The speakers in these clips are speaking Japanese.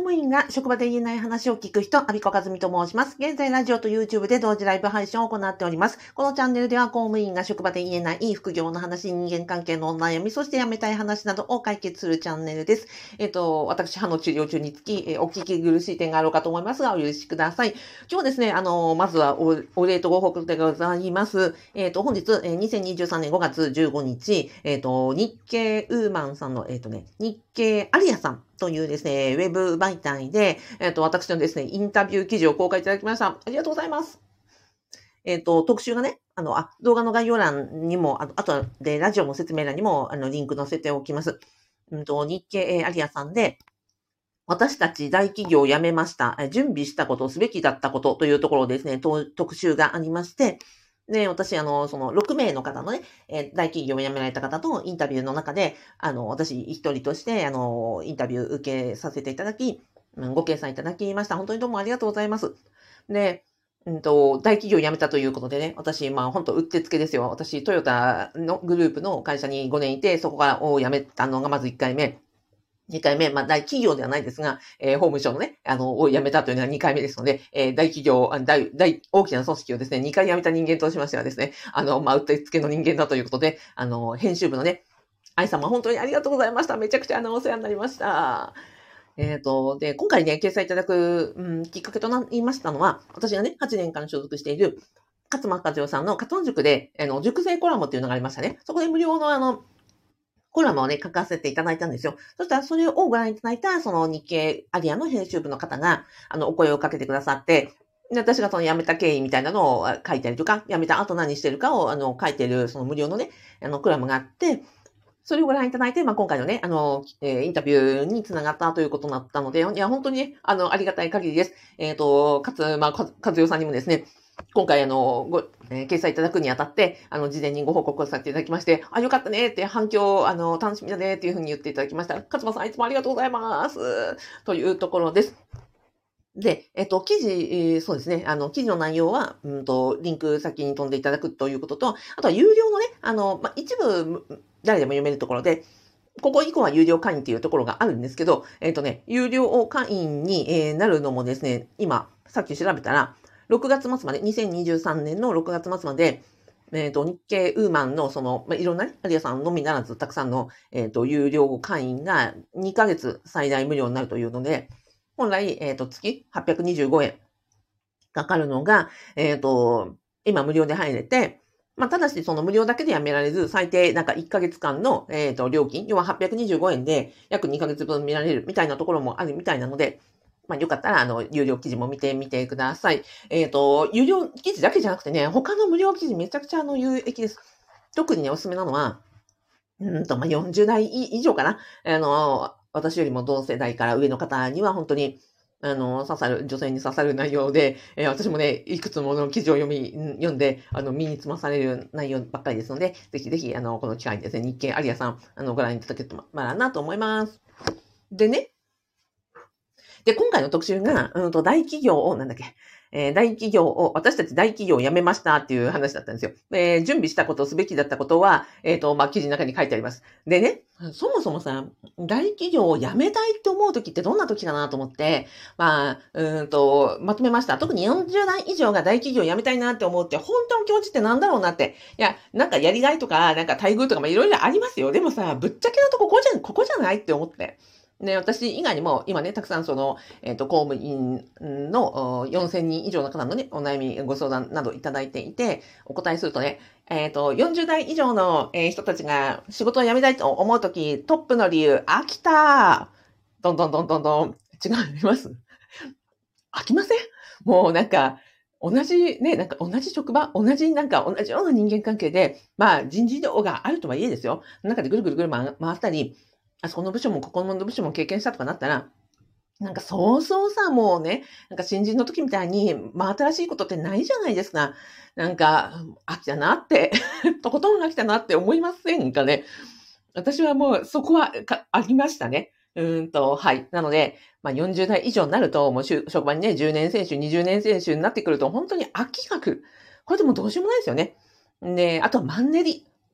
務員が職場で言えない話を聞く人、アビコカズミと申します。現在、ラジオと YouTube で同時ライブ配信を行っております。このチャンネルでは、公務員が職場で言えない副業の話、人間関係のお悩み、そして辞めたい話などを解決するチャンネルです。私、歯の治療中につき、お聞き苦しい点があろうかと思いますが、お許しください。今日はですね、まずはお礼とご報告でございます。本日、2023年5月15日、日経ウーマンさんの、日経アリアさんというですね、ウェブ媒体で、私のですね、インタビュー記事を公開いただきました。ありがとうございます。特集がね、動画の概要欄にも、あとでラジオの説明欄にも、リンク載せておきます。日経アリアさんで、私たち大企業を辞めました。準備したこと、すべきだったことというところですね、特集がありまして、で、私、その6名の方のね、大企業を辞められた方とインタビューの中で、私一人として、インタビュー受けさせていただき、ご掲載いただきました。本当にどうもありがとうございます。で、大企業を辞めたということでね、私、本当うってつけですよ。私、トヨタのグループの会社に5年いて、そこから辞めたのがまず1回目。2回目、大企業ではないですが、法務省のね、を辞めたというのは2回目ですので、大企業、大きな組織をですね、2回辞めた人間としましてはですね、うってつけの人間だということで、編集部のね、愛様本当にありがとうございました。めちゃくちゃお世話になりました。で、今回ね、掲載いただく、きっかけとなりましたのは、私がね、8年間所属している、勝間和代さんの勝間塾で、塾生コラムっていうのがありましたね。そこで無料のコラムをね、書かせていただいたんですよ。そしたら、それをご覧いただいた、その日経アリアの編集部の方が、お声をかけてくださって、で、私がその辞めた経緯みたいなのを書いたりとか、辞めた後何してるかを、書いてる、その無料のね、コラムがあって、それをご覧いただいて、今回のね、インタビューにつながったということになったので、いや、本当にね、ありがたい限りです。勝間和代さんにもですね、今回掲載いただくにあたって、事前にご報告をさせていただきまして、よかったねって反響、楽しみだねっていうふうに言っていただきました。勝間さん、いつもありがとうございます。というところです。で、記事、そうですね、記事の内容は、リンク先に飛んでいただくということと、あとは有料のね、一部、誰でも読めるところで、ここ以降は有料会員っていうところがあるんですけど、有料会員になるのもですね、今、さっき調べたら、6月末まで、2023年の6月末まで、日経ウーマンのいろんなね、アリアさんのみならず、たくさんの、有料会員が2ヶ月最大無料になるというので、本来、月825円かかるのが、今無料で入れて、ただし、その無料だけでやめられず、最低1ヶ月間の、料金、要は825円で約2ヶ月分見られるみたいなところもあるみたいなので、よかったら、有料記事も見てみてください。有料記事だけじゃなくてね、他の無料記事めちゃくちゃ有益です。特にね、おすすめなのは、40代以上かな。私よりも同世代から上の方には本当に、女性に刺さる内容で、私もね、いくつもの記事を読んで、身につまされる内容ばっかりですので、ぜひぜひ、この機会にですね、日経アリアさん、ご覧いただけたらなと思います。でね、今回の特集が、大企業を、私たち大企業を辞めましたっていう話だったんですよ。準備したこと、すべきだったことは、記事の中に書いてあります。でね、そもそもさ、大企業を辞めたいって思う時ってどんな時かなと思って、まとめました。特に40代以上が大企業を辞めたいなって思うって、本当の気持ちってなんだろうなって。いや、やりがいとか、待遇とか、いろいろありますよ。でもさ、ぶっちゃけのとここじゃないって思って。で、私以外にも、今ね、たくさん公務員の4000人以上の方のね、お悩み、ご相談などいただいていて、お答えするとね、40代以上の人たちが仕事を辞めたいと思うとき、トップの理由、飽きた。どんどん。違います。飽きません？もう同じね、同じ職場、同じような人間関係で、人事異動があるとはいえですよ。中でぐるぐる回ったり、あそこの部署もここの部署も経験したとかなったら、そうそうさ、もうね、新人の時みたいに、新しいことってないじゃないですか。飽きたなって、とことん飽きたなって思いませんかね。私はもうそこはありましたね。はい。なので、40代以上になると、もう職場にね、10年選手、20年選手になってくると、本当に飽きが来る。これでもどうしようもないですよね。で、あとはマンネリ。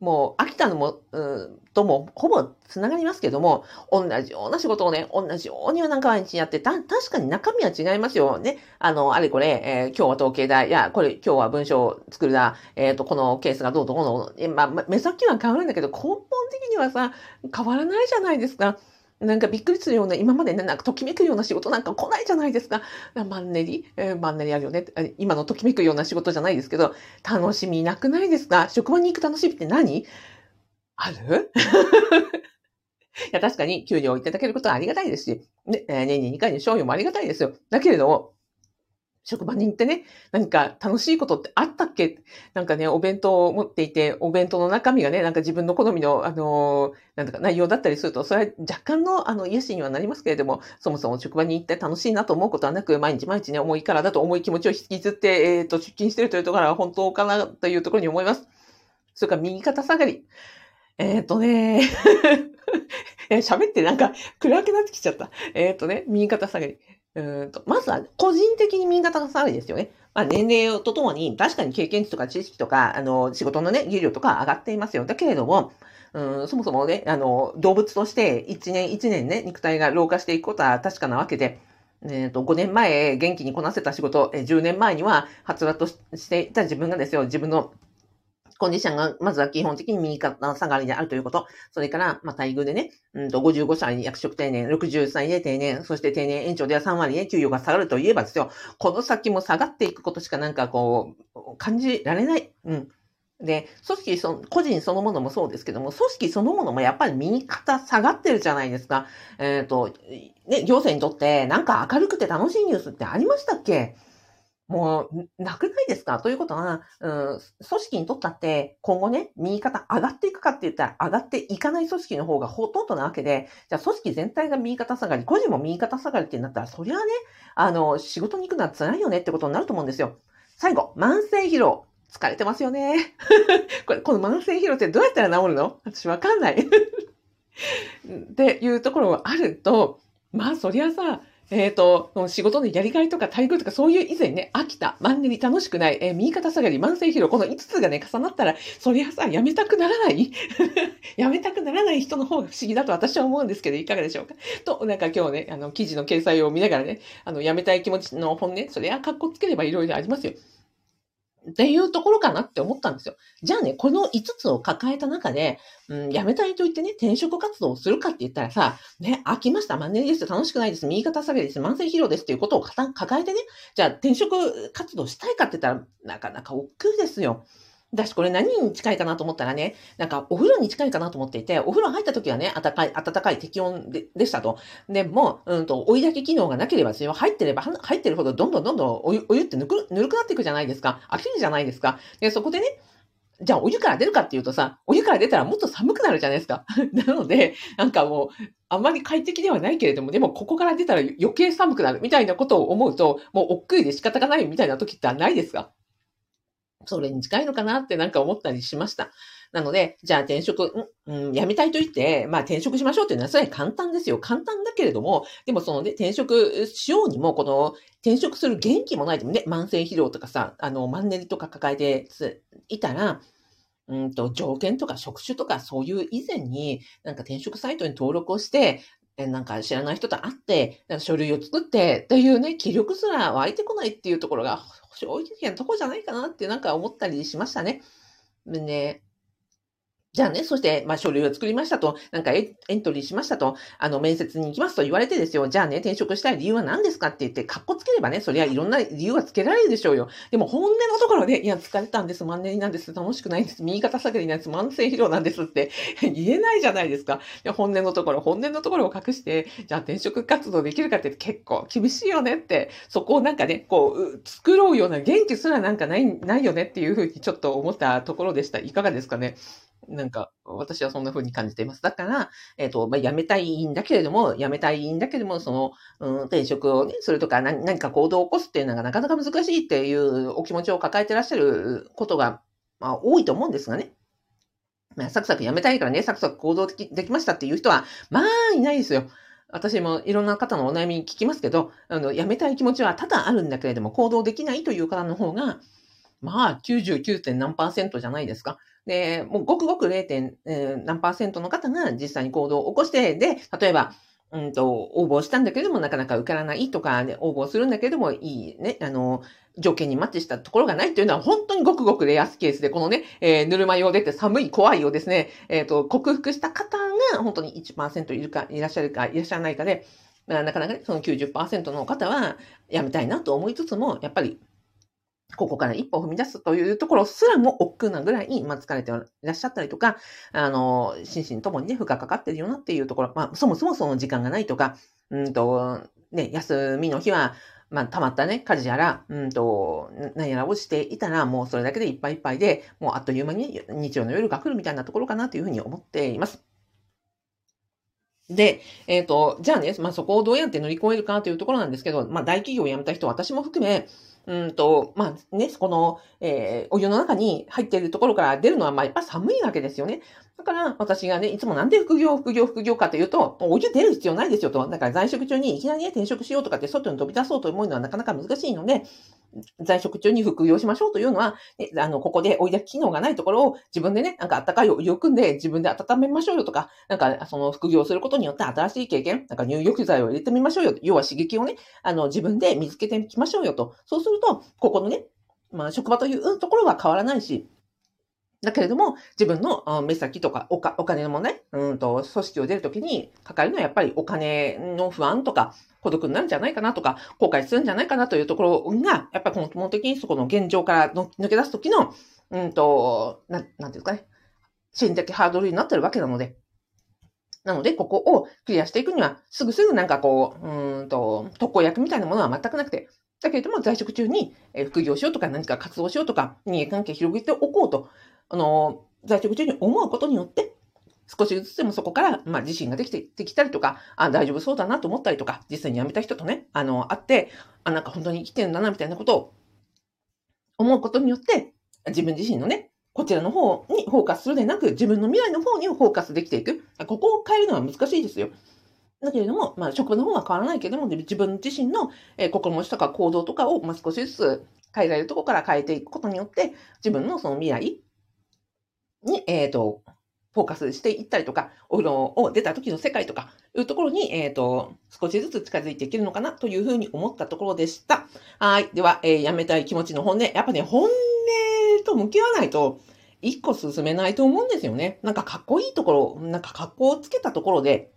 もう飽きたのも、ともほぼつながりますけども、同じような仕事をね、同じようになんか毎日やって、確かに中身は違いますよね。あれこれ、今日は統計だ、いや、これ今日は文章を作るだ、このケースがどうとこうの、目先は変わるんだけど、根本的にはさ、変わらないじゃないですか。なんかびっくりするような、今までね、なんかときめくような仕事なんか来ないじゃないですか。マンネリ、マンネリあるよね。今のときめくような仕事じゃないですけど、楽しみなくないですか？職場に行く楽しみって何あるいや、確かに給料をいただけることはありがたいですし、ね、年に2回の賞与もありがたいですよ。だけれども、職場に行ってね、何か楽しいことってあったっけ？なんかね、お弁当を持っていて、お弁当の中身がね、なんか自分の好みの、なんだか内容だったりすると、それは若干の、癒しにはなりますけれども、そもそも職場に行って楽しいなと思うことはなく、毎日毎日ね、重いからだと重い気持ちを引きずって、出勤しているというところは本当かなというところに思います。それから右肩下がり。ね、喋ってなんか暗くなってきちゃった。右肩下がり。まずは個人的に右肩下がりですよね。年齢とともに確かに経験値とか知識とか、仕事のね、技量とか上がっていますよ。だけれども、そもそもね、動物として一年一年ね、肉体が老化していくことは確かなわけで、5年前元気にこなせた仕事、10年前にははつらとしていた自分がですよ、自分のコンディションが、まずは基本的に右肩下がりであるということ。それから、待遇でね、55歳に役職定年、60歳で定年、そして定年延長では3割で給与が下がるといえばですよ、この先も下がっていくことしかなんかこう、感じられない。で、個人そのものもそうですけども、組織そのものもやっぱり右肩下がってるじゃないですか。ね、行政にとってなんか明るくて楽しいニュースってありましたっけ？もう、なくないですか？ということは、組織にとったって、今後ね、右肩上がっていくかって言ったら、上がっていかない組織の方がほとんどなわけで、じゃあ組織全体が右肩下がり、個人も右肩下がりってなったら、そりゃあね、仕事に行くのは辛いよねってことになると思うんですよ。最後、慢性疲労。疲れてますよね。この慢性疲労ってどうやったら治るの？私わかんない。っていうところがあると、そりゃさ、仕事のやりがいとか待遇とかそういう以前ね、飽きた、マンネリ楽しくない、右肩下がり、慢性疲労、この5つがね、重なったら、そりゃさ、やめたくならないやめたくならない人の方が不思議だと私は思うんですけど、いかがでしょうか？と、なんか今日ね、記事の掲載を見ながらね、やめたい気持ちの本音、それは格好つければいろいろありますよ。っていうところかなって思ったんですよ。じゃあね、この5つを抱えた中で、辞めたいと言ってね、転職活動をするかって言ったらさ、ね、飽きました、マンネリです、楽しくないです、右肩下がりです、慢性疲労ですっていうことを抱えてね、じゃあ転職活動したいかって言ったら、なかなか億劫ですよ。だし、これ何に近いかなと思ったらね、なんかお風呂に近いかなと思っていて、お風呂入った時はね、暖かい適温でしたと。でも、追い焚き機能がなければですよ、入ってるほどどんどんお湯ってぬるくなっていくじゃないですか。飽きるじゃないですか。で、そこでね、じゃあお湯から出るかっていうとさ、お湯から出たらもっと寒くなるじゃないですか。なので、なんかもう、あんまり快適ではないけれども、でもここから出たら余計寒くなるみたいなことを思うと、もう億劫で仕方がないみたいな時ってないですか？それに近いのかなってなんか思ったりしました。なので、じゃあ転職、辞めたいと言って、転職しましょうっていうのはそれは簡単ですよ。簡単だけれども、でもそのね、転職しようにも、この転職する元気もないでもね、慢性疲労とかさ、マンネリとか抱えていたら、条件とか職種とかそういう以前に、なんか転職サイトに登録をして、なんか知らない人と会って、なんか書類を作ってっていうね、気力すら湧いてこないっていうところが正直なとこじゃないかなってなんか思ったりしましたね。でね、じゃあね、そして、書類を作りましたと、なんかエントリーしましたと、面接に行きますと言われてですよ、じゃあね、転職したい理由は何ですかって言って、かっこつければね、そりゃいろんな理由はつけられるでしょうよ。でも本音のところで、いや、疲れたんです、マンネリなんです、楽しくないんです、右肩下がりなんです、慢性疲労なんですって言えないじゃないですか。本音のところを隠して、じゃあ転職活動できるかって結構厳しいよねって、そこをなんかね、こう、作ろうような元気すらなんかないよねっていうふうにちょっと思ったところでした。いかがですかね。なんか、私はそんな風に感じています。だから、辞めたいんだけれども、その、転職をね、するとか、何か行動を起こすっていうのがなかなか難しいっていうお気持ちを抱えてらっしゃることが、多いと思うんですがね。サクサク辞めたいからね、サクサク行動できましたっていう人は、いないですよ。私もいろんな方のお悩み聞きますけど、辞めたい気持ちは多々あるんだけれども、行動できないという方の方が、99. 何%じゃないですか。 で、もうごくごく 0. 何%の方が実際に行動を起こして、で、例えば、応募したんだけれども、なかなか受からないとか、で、応募するんだけれども、いいね、条件にマッチしたところがないというのは、本当にごくごくレアスケースで、このね、ぬるま湯を出て寒い、怖いをですね、克服した方が、本当に 1% いらっしゃるか、いらっしゃらないかで、なかなかね、その 90% の方は、やめたいなと思いつつも、やっぱり、ここから一歩踏み出すというところすらも億劫なぐらいに、疲れていらっしゃったりとか、心身ともにね、負荷かかってるよなっていうところ、そもそもその時間がないとか、休みの日は、たまったね、家事やら、何やらをしていたら、もうそれだけでいっぱいいっぱいで、もうあっという間に日曜の夜が来るみたいなところかなというふうに思っています。で、じゃあね、そこをどうやって乗り越えるかというところなんですけど、大企業を辞めた人、私も含め、この、お湯の中に入っているところから出るのは、やっぱ寒いわけですよね。だから、私がね、いつもなんで副業かというと、お湯出る必要ないですよと。だから在職中にいきなりね、転職しようとかって外に飛び出そうと思うのはなかなか難しいので、在職中に副業しましょうというのは、ここで追い焚き機能がないところを自分でね、あったかいお湯を組んで自分で温めましょうよとか、その副業することによって新しい経験、入浴剤を入れてみましょうよ。要は刺激をね、自分で見つけていきましょうよと。そうすると、ここのね、職場というところは変わらないし、だけれども、自分の目先とかお金の問題、組織を出るときに抱えるのはやっぱりお金の不安とか、孤独になるんじゃないかなとか、後悔するんじゃないかなというところが、やっぱり根本的にそこの現状から抜け出すときの、なんていうんですかね、心理的ハードルになってるわけなので、ここをクリアしていくには、すぐ特効薬みたいなものは全くなくて、だけれども在職中に副業しようとか何か活動しようとか、人間関係広げておこうと、在職中に思うことによって、少しずつでもそこから、自信ができてきたりとか、大丈夫そうだなと思ったりとか、実際に辞めた人とね、会って、本当に生きてるんだな、みたいなことを思うことによって、自分自身のね、こちらの方にフォーカスするでなく、自分の未来の方にフォーカスできていく。ここを変えるのは難しいですよ。だけれども、職場の方は変わらないけれども、自分自身の心持ちとか行動とかを、少しずつ変えられるところから変えていくことによって、自分のその未来に、フォーカスしていったりとか、お風呂を出た時の世界とかいうところに、少しずつ近づいていけるのかなというふうに思ったところでした。はい。では、やめたい気持ちの本音。やっぱね、本音と向き合わないと、一個進めないと思うんですよね。かっこいいところ、かっこをつけたところで、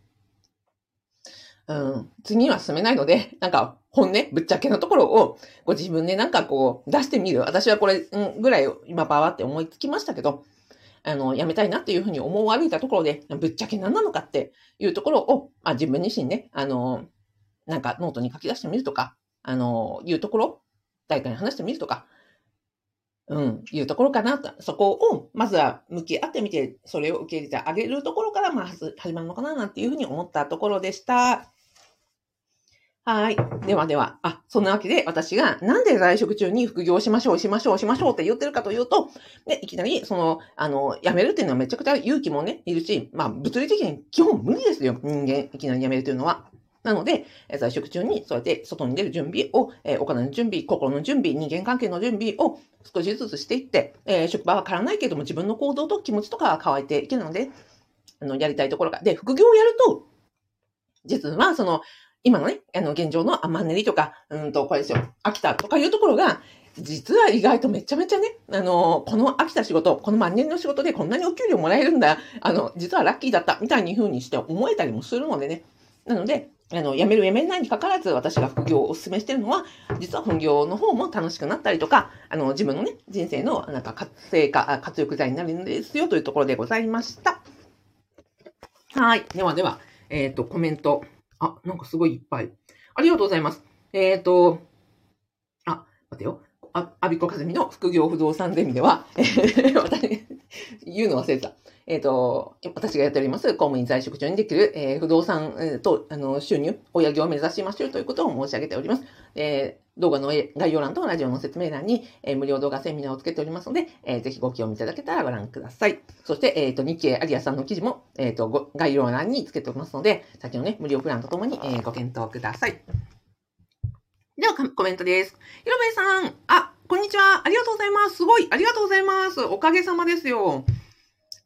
次には進めないので、本音、ぶっちゃけのところを、ご自分で出してみる。私はこれ、ぐらい今バーって思いつきましたけど、やめたいなっていうふうに思われたところで、ぶっちゃけ何なのかっていうところを、自分自身ね、ノートに書き出してみるとか、いうところ、誰かに話してみるとか、いうところかなと。そこを、まずは向き合ってみて、それを受け入れてあげるところから、始まるのかな、なんていうふうに思ったところでした。はい。では。そんなわけで、私がなんで在職中に副業しましょうって言ってるかというと、で、いきなり、辞めるっていうのはめちゃくちゃ勇気もね、いるし、物理的に基本無理ですよ。人間、いきなり辞めるというのは。なので、在職中にそうやって外に出る準備を、お金の準備、心の準備、人間関係の準備を少しずつしていって、職場は変わらないけれども、自分の行動と気持ちとかは変えていけるので、やりたいところが。で、副業をやると、実は今のね、現状のマンネリとか、これですよ、飽きたとかいうところが、実は意外とめちゃめちゃね、この飽きた仕事、このマンネリの仕事でこんなにお給料もらえるんだ、実はラッキーだった、みたいに風にして思えたりもするのでね。なので、辞める辞めないにかかわらず、私が副業をお勧めしているのは、実は本業の方も楽しくなったりとか、自分のね、人生の活力剤になるんですよ、というところでございました。はい。では、コメント。すごいいっぱい。ありがとうございます。待てよ。アビコカズミの副業不動産ゼミでは、言うの忘れてた。私がやっております、公務員在職中にできる、不動産、と、収入、親業を目指しましょうということを申し上げております。動画の概要欄とラジオの説明欄に、無料動画セミナーをつけておりますので、ぜひご興味いただけたらご覧ください。そして、日経アリアさんの記事も、概要欄につけておりますので、先のね、無料プランとともに、ご検討ください。では、コメントです。ひろべいさん、こんにちは。ありがとうございます。すごい、ありがとうございます。おかげさまですよ。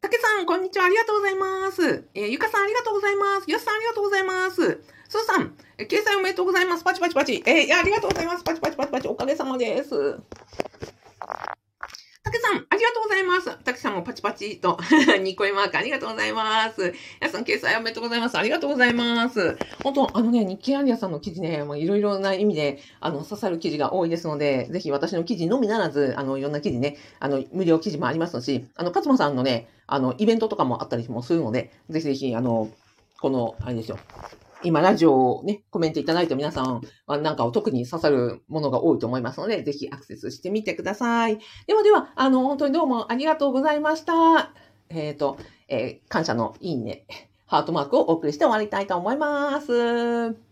たけさん、こんにちは。ありがとうございます。ゆかさん、ありがとうございます。よしさん、ありがとうございます。すーさん、掲載おめでとうございます。パチパチパチ。いや、ありがとうございます。パチパチパチパチ。おかげさまです。たけさん、ありがとうございます。たけさんもパチパチと、ニコイマークありがとうございます。やさん、掲載おめでとうございます。ありがとうございます。本当、日経アリアさんの記事ね、いろいろな意味で、刺さる記事が多いですので、ぜひ私の記事のみならず、いろんな記事ね、無料記事もありますし、勝間さんのね、イベントとかもあったりもするので、ぜひぜひ、この、あれですよ。今、ラジオをね、コメントいただいた皆さんはなんかを特に刺さるものが多いと思いますので、ぜひアクセスしてみてください。では、本当にどうもありがとうございました。感謝のいいね、ハートマークをお送りして終わりたいと思います。